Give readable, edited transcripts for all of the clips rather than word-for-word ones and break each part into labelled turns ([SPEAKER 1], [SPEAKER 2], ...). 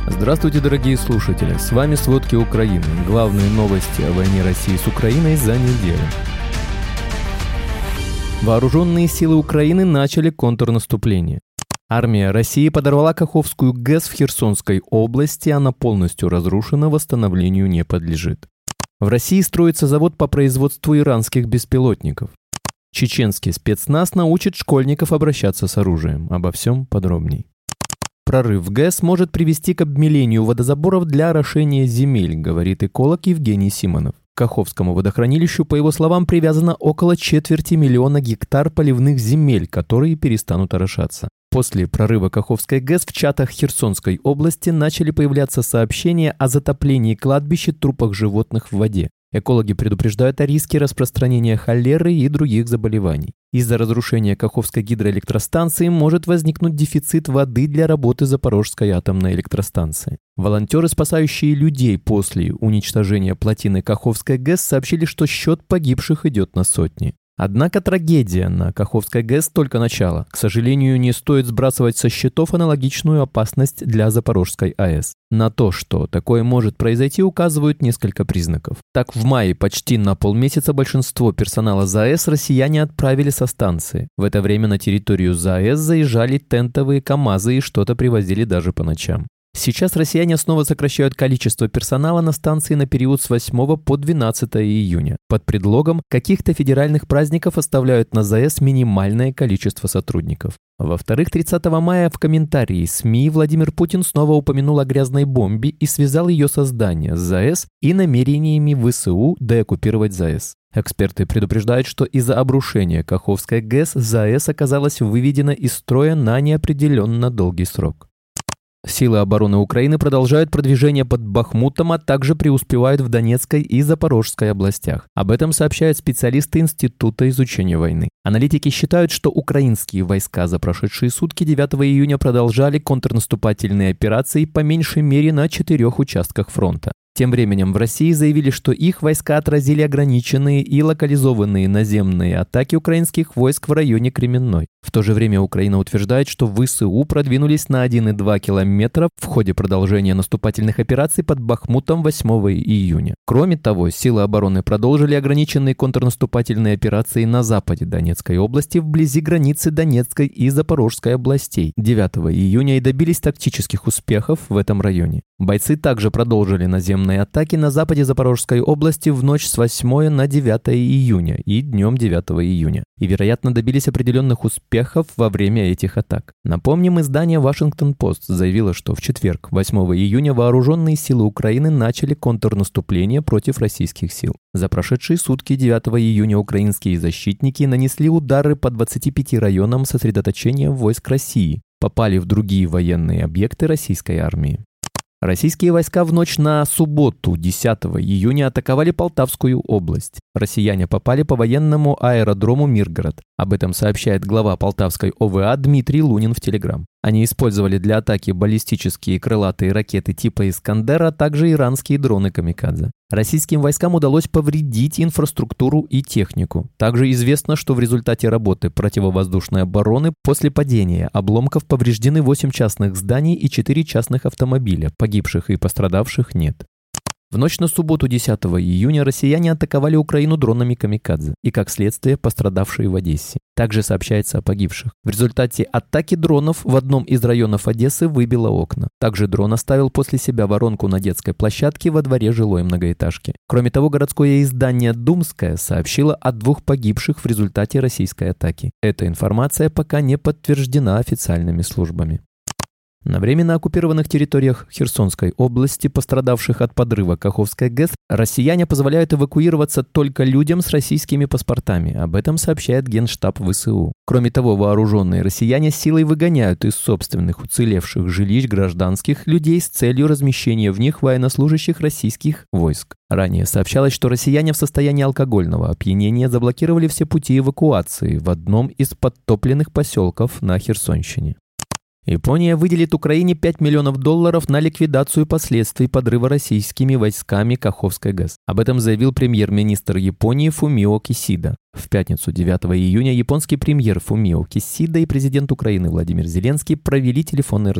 [SPEAKER 1] Здравствуйте, дорогие слушатели! С вами «Сводки Украины». Главные новости о войне России с Украиной за неделю. Вооруженные силы Украины начали контрнаступление. Армия России подорвала Каховскую ГЭС в Херсонской области, она полностью разрушена, восстановлению не подлежит. В России строится завод по производству иранских беспилотников. Чеченский спецназ научит школьников обращаться с оружием. Обо всем подробней. Прорыв в ГЭС может привести к обмелению водозаборов для орошения земель, говорит эколог Евгений Симонов. К Каховскому водохранилищу, по его словам, привязано около 250 000 гектар поливных земель, которые перестанут орошаться. После прорыва Каховской ГЭС в чатах Херсонской области начали появляться сообщения о затоплении кладбищ и трупах животных в воде. Экологи предупреждают о риске распространения холеры и других заболеваний. Из-за разрушения Каховской гидроэлектростанции может возникнуть дефицит воды для работы Запорожской атомной электростанции. Волонтеры, спасающие людей после уничтожения плотины Каховской ГЭС, сообщили, что счет погибших идет на сотни. Однако трагедия на Каховской ГЭС только начало. К сожалению, не стоит сбрасывать со счетов аналогичную опасность для Запорожской АЭС. На то, что такое может произойти, указывают несколько признаков. Так, в мае почти на полмесяца большинство персонала ЗАЭС россияне отправили со станции. В это время на территорию ЗАЭС заезжали тентовые КАМАЗы и что-то привозили даже по ночам. Сейчас россияне снова сокращают количество персонала на станции на период с 8 по 12 июня. Под предлогом каких-то федеральных праздников оставляют на ЗАЭС минимальное количество сотрудников. Во-вторых, 30 мая в комментарии СМИ Владимир Путин снова упомянул о грязной бомбе и связал ее создание с ЗАЭС и намерениями ВСУ деоккупировать ЗАЭС. Эксперты предупреждают, что из-за обрушения Каховской ГЭС ЗАЭС оказалась выведена из строя на неопределенно долгий срок. Силы обороны Украины продолжают продвижение под Бахмутом, а также преуспевают в Донецкой и Запорожской областях. Об этом сообщают специалисты Института изучения войны. Аналитики считают, что украинские войска за прошедшие сутки 9 июня продолжали контрнаступательные операции по меньшей мере на 4 участках фронта. Тем временем в России заявили, что их войска отразили ограниченные и локализованные наземные атаки украинских войск в районе Кременной. В то же время Украина утверждает, что ВСУ продвинулись на 1,2 километра в ходе продолжения наступательных операций под Бахмутом 8 июня. Кроме того, силы обороны продолжили ограниченные контрнаступательные операции на западе Донецкой области вблизи границы Донецкой и Запорожской областей 9 июня и добились тактических успехов в этом районе. Бойцы также продолжили наземные атаки на западе Запорожской области в ночь с 8 на 9 июня и днем 9 июня, и, вероятно, добились определенных успехов во время этих атак. Напомним, издание «Вашингтон-Пост» заявило, что в четверг, 8 июня, вооруженные силы Украины начали контрнаступление против российских сил. За прошедшие сутки 9 июня украинские защитники нанесли удары по 25 районам сосредоточения войск России, попали в другие военные объекты российской армии. Российские войска в ночь на субботу, 10 июня, атаковали Полтавскую область. Россияне попали по военному аэродрому Миргород. Об этом сообщает глава Полтавской ОВА Дмитрий Лунин в Телеграм. Они использовали для атаки баллистические крылатые ракеты типа «Искандер», а также иранские дроны «Камикадзе». Российским войскам удалось повредить инфраструктуру и технику. Также известно, что в результате работы противовоздушной обороны после падения обломков повреждены 8 частных зданий и 4 частных автомобиля. Погибших и пострадавших нет. В ночь на субботу 10 июня россияне атаковали Украину дронами «Камикадзе» и, как следствие, пострадавшие в Одессе. Также сообщается о погибших. В результате атаки дронов в одном из районов Одессы выбило окна. Также дрон оставил после себя воронку на детской площадке во дворе жилой многоэтажки. Кроме того, городское издание «Думское» сообщило о 2 погибших в результате российской атаки. Эта информация пока не подтверждена официальными службами. На временно оккупированных территориях Херсонской области, пострадавших от подрыва Каховской ГЭС, россияне позволяют эвакуироваться только людям с российскими паспортами. Об этом сообщает Генштаб ВСУ. Кроме того, вооруженные россияне силой выгоняют из собственных уцелевших жилищ гражданских людей с целью размещения в них военнослужащих российских войск. Ранее сообщалось, что россияне в состоянии алкогольного опьянения заблокировали все пути эвакуации в одном из подтопленных поселков на Херсонщине. Япония выделит Украине $5 миллионов на ликвидацию последствий подрыва российскими войсками Каховской ГЭС. Об этом заявил премьер-министр Японии Фумио Кисида. В пятницу 9 июня японский премьер Фумио Кисида и президент Украины Владимир Зеленский провели телефонный разговор.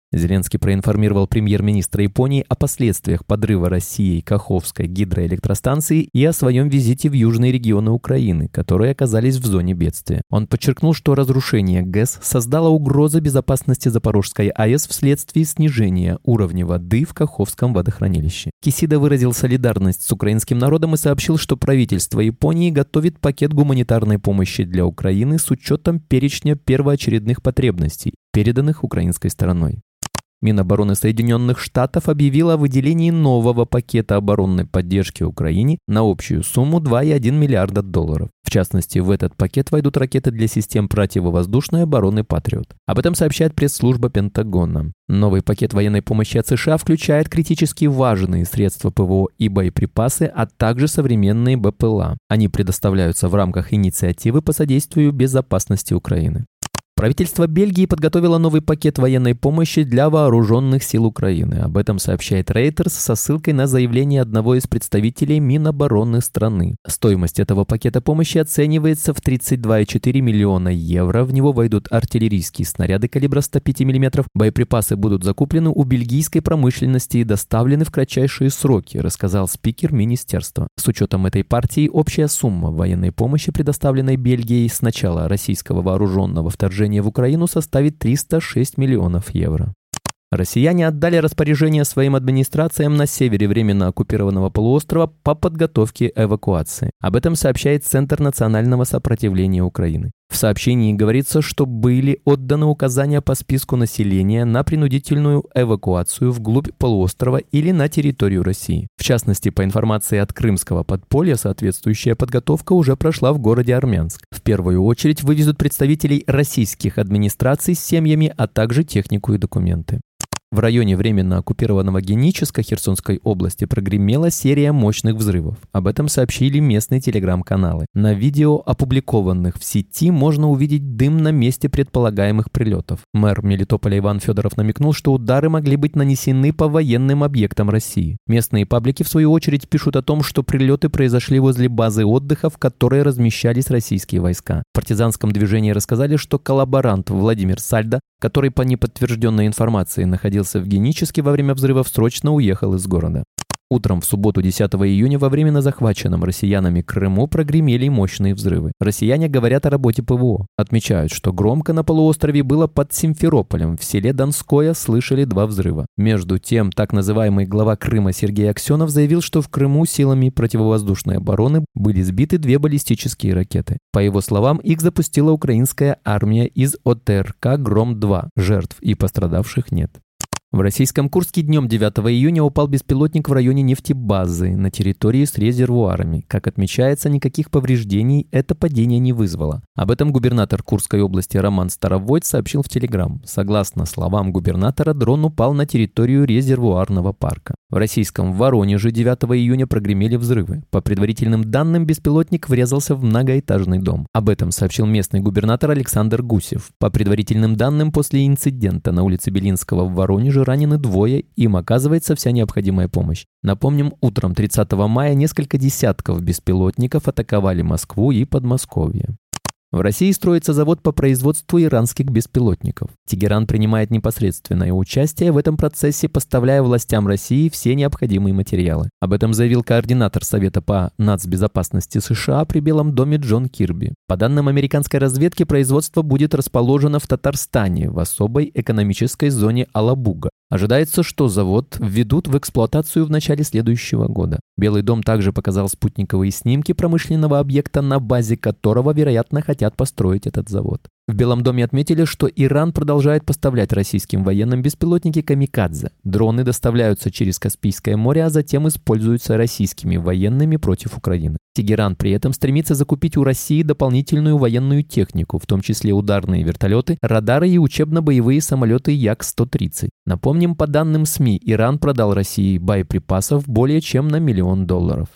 [SPEAKER 1] Зеленский проинформировал премьер-министра Японии о последствиях подрыва Россией Каховской гидроэлектростанции и о своем визите в южные регионы Украины, которые оказались в зоне бедствия. Он подчеркнул, что разрушение ГЭС создало угрозу безопасности Запорожской АЭС вследствие снижения уровня воды в Каховском водохранилище. Кисида выразил солидарность с украинским народом и сообщил, что правительство Японии готовит пакет гуманитарной помощи для Украины с учетом перечня первоочередных потребностей, переданных украинской стороной. Минобороны Соединенных Штатов объявила о выделении нового пакета оборонной поддержки Украине на общую сумму $2,1 миллиарда. В частности, в этот пакет войдут ракеты для систем противовоздушной обороны «Патриот». Об этом сообщает пресс-служба Пентагона. Новый пакет военной помощи от США включает критически важные средства ПВО и боеприпасы, а также современные БПЛА. Они предоставляются в рамках инициативы по содействию безопасности Украины. Правительство Бельгии подготовило новый пакет военной помощи для вооруженных сил Украины. Об этом сообщает Reuters со ссылкой на заявление одного из представителей Минобороны страны. Стоимость этого пакета помощи оценивается в 32,4 миллиона евро. В него войдут артиллерийские снаряды калибра 105 мм. Боеприпасы будут закуплены у бельгийской промышленности и доставлены в кратчайшие сроки, рассказал спикер министерства. С учетом этой партии общая сумма военной помощи, предоставленной Бельгией с начала российского вооруженного вторжения в Украину, составит 306 миллионов евро. Россияне отдали распоряжение своим администрациям на севере временно оккупированного полуострова по подготовке эвакуации. Об этом сообщает Центр национального сопротивления Украины. В сообщении говорится, что были отданы указания по списку населения на принудительную эвакуацию вглубь полуострова или на территорию России. В частности, по информации от крымского подполья, соответствующая подготовка уже прошла в городе Армянск. В первую очередь вывезут представителей российских администраций с семьями, а также технику и документы. В районе временно оккупированного Геническа Херсонской области прогремела серия мощных взрывов. Об этом сообщили местные телеграм-каналы. На видео, опубликованных в сети, можно увидеть дым на месте предполагаемых прилетов. Мэр Мелитополя Иван Федоров намекнул, что удары могли быть нанесены по военным объектам России. Местные паблики, в свою очередь, пишут о том, что прилеты произошли возле базы отдыха, в которой размещались российские войска. В партизанском движении рассказали, что коллаборант Владимир Сальдо, который по неподтвержденной информации находился в Геническе во время взрывов, срочно уехал из города. Утром в субботу 10 июня во время на захваченном россиянами Крыму прогремели мощные взрывы. Россияне говорят о работе ПВО. Отмечают, что громко на полуострове было под Симферополем. В селе Донское слышали 2 взрыва. Между тем, так называемый глава Крыма Сергей Аксенов заявил, что в Крыму силами противовоздушной обороны были сбиты 2 баллистические ракеты. По его словам, их запустила украинская армия из ОТРК «Гром-2». Жертв и пострадавших нет. В российском Курске днем 9 июня упал беспилотник в районе нефтебазы на территории с резервуарами. Как отмечается, никаких повреждений это падение не вызвало. Об этом губернатор Курской области Роман Старовойт сообщил в Телеграм. Согласно словам губернатора, дрон упал на территорию резервуарного парка. В российском Воронеже 9 июня прогремели взрывы. По предварительным данным, беспилотник врезался в многоэтажный дом. Об этом сообщил местный губернатор Александр Гусев. По предварительным данным, после инцидента на улице Белинского в Воронеже ранены 2, им оказывается вся необходимая помощь. Напомним, утром 30 мая несколько десятков беспилотников атаковали Москву и Подмосковье. В России строится завод по производству иранских беспилотников. Тегеран принимает непосредственное участие в этом процессе, поставляя властям России все необходимые материалы. Об этом заявил координатор Совета по нацбезопасности США при Белом доме Джон Кирби. По данным американской разведки, производство будет расположено в Татарстане, в особой экономической зоне Алабуга. Ожидается, что завод введут в эксплуатацию в начале следующего года. Белый дом также показал спутниковые снимки промышленного объекта, на базе которого, вероятно, хотят построить этот завод. В Белом доме отметили, что Иран продолжает поставлять российским военным беспилотники «Камикадзе». Дроны доставляются через Каспийское море, а затем используются российскими военными против Украины. Тегеран при этом стремится закупить у России дополнительную военную технику, в том числе ударные вертолеты, радары и учебно-боевые самолеты Як-130. Напомним, по данным СМИ, Иран продал России боеприпасов более чем на $1 миллион.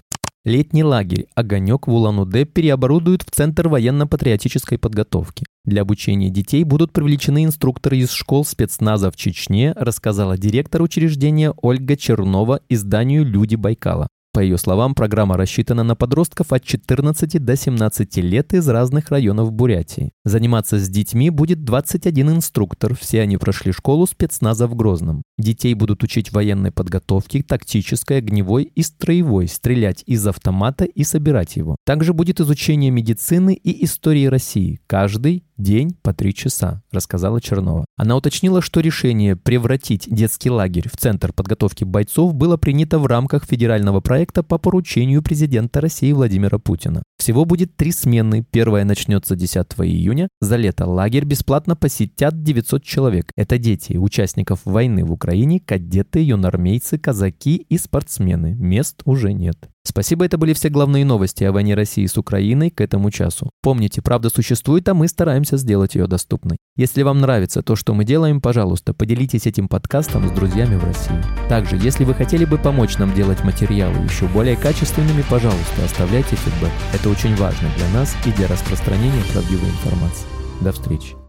[SPEAKER 1] Летний лагерь «Огонек» в Улан-Удэ переоборудуют в Центр военно-патриотической подготовки. Для обучения детей будут привлечены инструкторы из школ спецназа в Чечне, рассказала директор учреждения Ольга Чернова изданию «Люди Байкала». По ее словам, программа рассчитана на подростков от 14 до 17 лет из разных районов Бурятии. Заниматься с детьми будет 21 инструктор, все они прошли школу спецназа в Грозном. Детей будут учить военной подготовке, тактической, огневой и строевой, стрелять из автомата и собирать его. Также будет изучение медицины и истории России. Каждый день по 3 часа, рассказала Чернова. Она уточнила, что решение превратить детский лагерь в центр подготовки бойцов было принято в рамках федерального проекта по поручению президента России Владимира Путина. Всего будет 3 смены. Первая начнется 10 июня. За лето лагерь бесплатно посетят 900 человек. Это дети участников войны в Украине, кадеты, юноармейцы, казаки и спортсмены. Мест уже нет. Спасибо, это были все главные новости о войне России с Украиной к этому часу. Помните, правда существует, а мы стараемся сделать ее доступной. Если вам нравится то, что мы делаем, пожалуйста, поделитесь этим подкастом с друзьями в России. Также, если вы хотели бы помочь нам делать материалы еще более качественными, пожалуйста, оставляйте фидбэк. Это очень важно для нас и для распространения правдивой информации. До встречи.